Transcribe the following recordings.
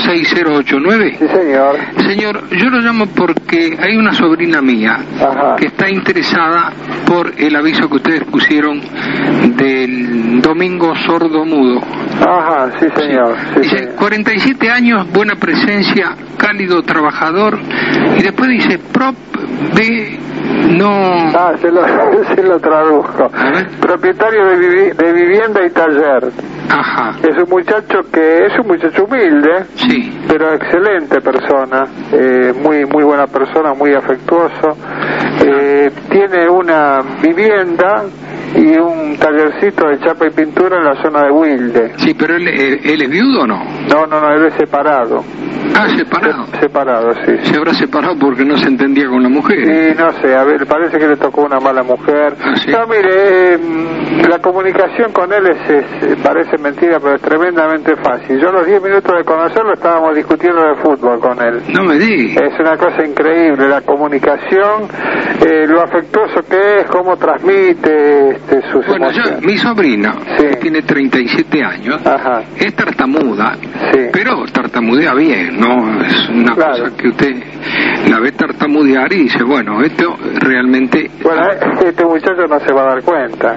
6089. Sí, señor. Señor, yo lo llamo porque hay una sobrina mía que está interesada por el aviso que ustedes pusieron del domingo sordo-mudo. Ajá, sí, señor. Sí, dice, señor. 47 años, buena presencia, cálido trabajador, y después dice, prop B, no... Se lo traduzco. Propietario de vivienda y taller. Ajá. Es un muchacho humilde, sí, pero excelente persona, muy buena persona, muy afectuoso. Tiene una vivienda y un tallercito de chapa y pintura en la zona de Wilde. Sí, pero él es viudo o no? No, él es separado. Ah, separado. Separado, sí. Se habrá separado porque no se entendía con la mujer. Y no sé, a ver, parece que le tocó una mala mujer. ¿Sí? No, mire, la comunicación con él parece mentira, pero es tremendamente fácil. Yo a los 10 minutos de conocerlo estábamos discutiendo de fútbol con él. No me digas. Es una cosa increíble, la comunicación, lo afectuoso que es, cómo transmite sus emociones. Mi sobrina, que tiene 37 años, es tartamuda, pero tartamudea bien, ¿no? Es una cosa que usted la ve tartamudear y dice, bueno, esto realmente... Bueno, este muchacho no se va a dar cuenta.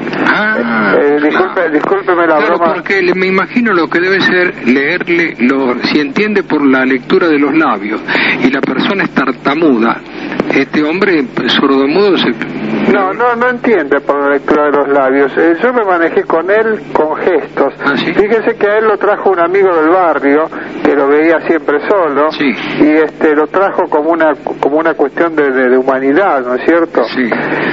Discúlpeme la broma. Porque me imagino lo que debe ser leerle, si entiende por la lectura de los labios, y la persona es tartamuda, este hombre sordomudo No entiende por la lectura de los labios. Yo me manejé con él con gestos. ¿Sí? Fíjese que a él lo trajo un amigo del barrio que lo veía siempre solo, y lo trajo como una cuestión de humanidad, ¿no es cierto? Sí.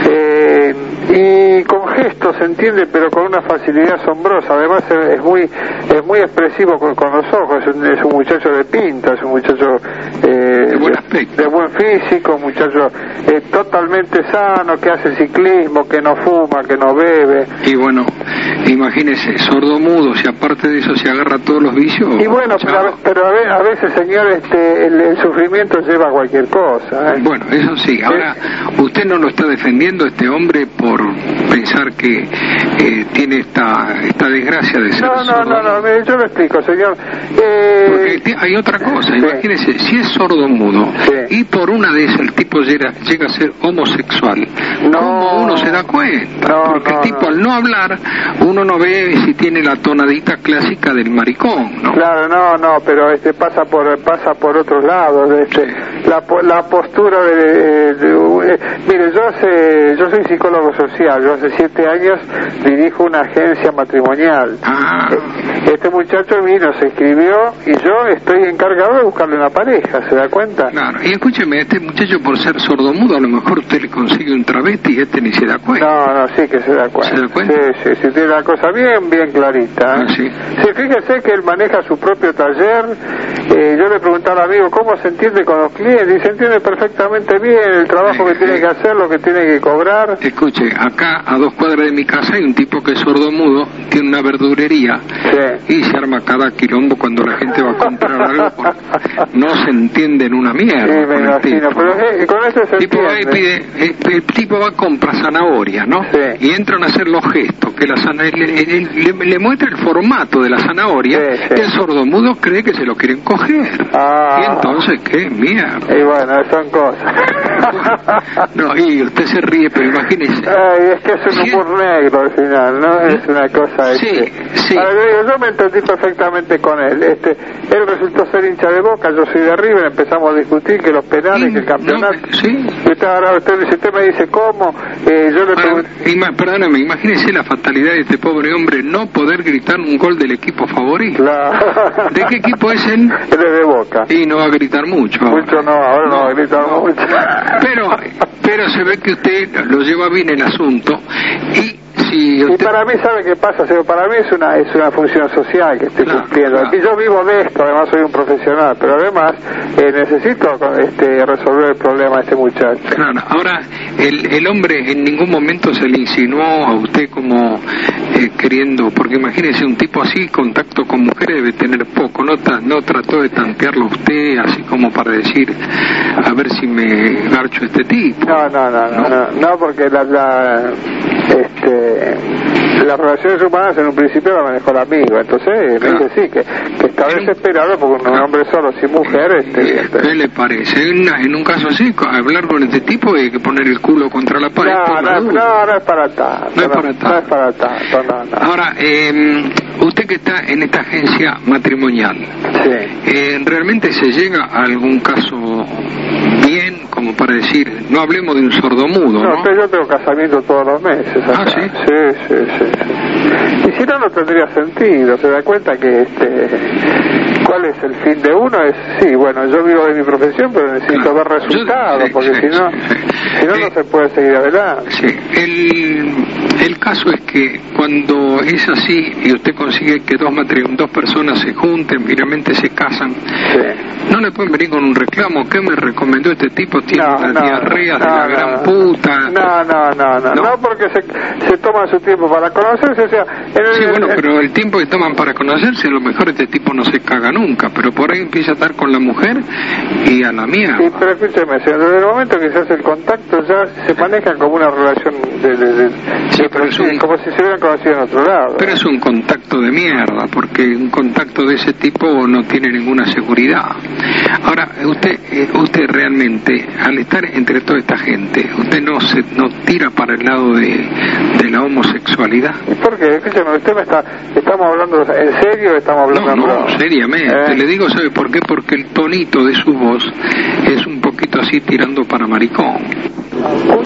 Y con gestos se entiende, pero con una facilidad asombrosa. Además es muy expresivo con los ojos. Es un muchacho de pinta, es un muchacho de buen aspecto, de buen físico, un muchacho totalmente sano, que hace ciclismo, que no fuma, que no bebe. Y bueno, imagínese, sordomudo, si aparte de eso se agarra todos los vicios. Y bueno, pero a veces, señor, el sufrimiento lleva a cualquier cosa. Bueno, eso sí. Ahora, usted no lo está defendiendo este hombre por pensar que tiene esta desgracia de ser sordo. No, yo lo explico, señor. Porque hay otra cosa, imagínese, si es sordomudo y por una de esas el tipo llega a ser homosexual, ¿cómo uno se da cuenta? Porque el tipo al no hablar, uno no ve si tiene la tonadita clásica del maricón, ¿no? Claro, no, pero pasa por otros lados. La postura mire, yo soy psicólogo social. Yo hace 7 años dirijo una agencia matrimonial. Este muchacho vino, se inscribió y yo estoy encargado de buscarle una pareja, ¿se da cuenta? Claro, y escúcheme, este muchacho por ser sordomudo, a lo mejor usted le consigue un travesti y ni se da cuenta. No, sí que se da cuenta. ¿Se da cuenta? Sí, tiene la cosa bien clarita. Sí, fíjese que él maneja su propio taller. Yo le preguntaba al amigo cómo se entiende con los clientes y se entiende perfectamente bien el trabajo que tiene que hacer, lo que tiene que cobrar. Escuche, acá a 2 cuadras de mi casa hay un tipo que es sordomudo, tiene una verdurería y se arma cada quilombo cuando la gente va a comprar algo, no se entiende en una mierda. Sí, me imagino, pero con eso se entiende. El tipo va a comprar zanahoria, ¿no? Y entran a hacer los gestos, que la le muestra el formato de la zanahoria, el sordomudo cree que se lo quieren coger. Y entonces, ¿qué mierda? Y bueno, son cosas. No, y usted se ríe, pero imagínese. Es que es un humor negro al final, ¿no? Es una cosa... Sí. Yo me entendí perfectamente con él. Él resultó ser hincha de Boca, yo soy de River, empezamos a discutir que los penales, que el campeonato... Usted me dice, ¿cómo? Yo le pregunté... Perdóneme, imagínese la fatalidad de este pobre hombre no poder gritar un gol del equipo favorito. Claro. ¿De qué equipo es él? Él es de Boca. Y no va a gritar mucho. Mucho no, ahora no va a gritar mucho. Pero se ve que usted lo lleva bien el asunto y Y para mí, ¿sabe qué pasa? Para mí es una función social que estoy cumpliendo. Aquí yo vivo de esto, además soy un profesional, pero además necesito resolver el problema de este muchacho. Claro, ahora el hombre en ningún momento se le insinuó a usted como queriendo, porque imagínese un tipo así, contacto con mujeres debe tener poco, no trató de tantearlo a usted así como para decir, a ver si me garcho este tipo. No, porque las relaciones humanas en un principio era mejor amigo, entonces me dice sí, que está desesperado porque un hombre solo sin mujer. ¿Qué le parece? En un caso así, hablar con este tipo hay que poner el culo contra la pared. No es para tanto. No es para tanto. Ahora, usted que está en esta agencia matrimonial, ¿realmente se llega a algún caso bien, como para decir, no hablemos de un sordomudo, ¿no? No, yo tengo casamiento todos los meses. ¿Ah, sí? Sí. Y si no, no tendría sentido. Se da cuenta que ¿cuál es el fin de uno? Yo vivo de mi profesión, pero necesito ver resultados, porque si no no se puede seguir adelante. Sí, el caso es que cuando es así y usted consigue que dos personas se junten, finalmente se casan, no le pueden venir con un reclamo. ¿Qué me recomendó este tipo? Tiene una diarrea de la gran puta. No, porque se toman su tiempo para conocerse. Pero el tiempo que toman para conocerse, a lo mejor este tipo no se caga nunca, pero por ahí empieza a estar con la mujer y a la mierda. Sí, pero escúcheme, desde el momento que se hace el contacto ya se manejan como una relación como si se hubieran conocido en otro lado. Pero es un contacto de mierda, porque un contacto de ese tipo no tiene ninguna seguridad. Ahora, usted realmente, al estar entre toda esta gente, usted no tira para el lado de la homosexualidad. ¿Y por qué? Escúchame, estamos hablando en serio, estamos hablando No, seriamente. Le digo, ¿sabe por qué? Porque el tonito de su voz es un poquito así tirando para maricón.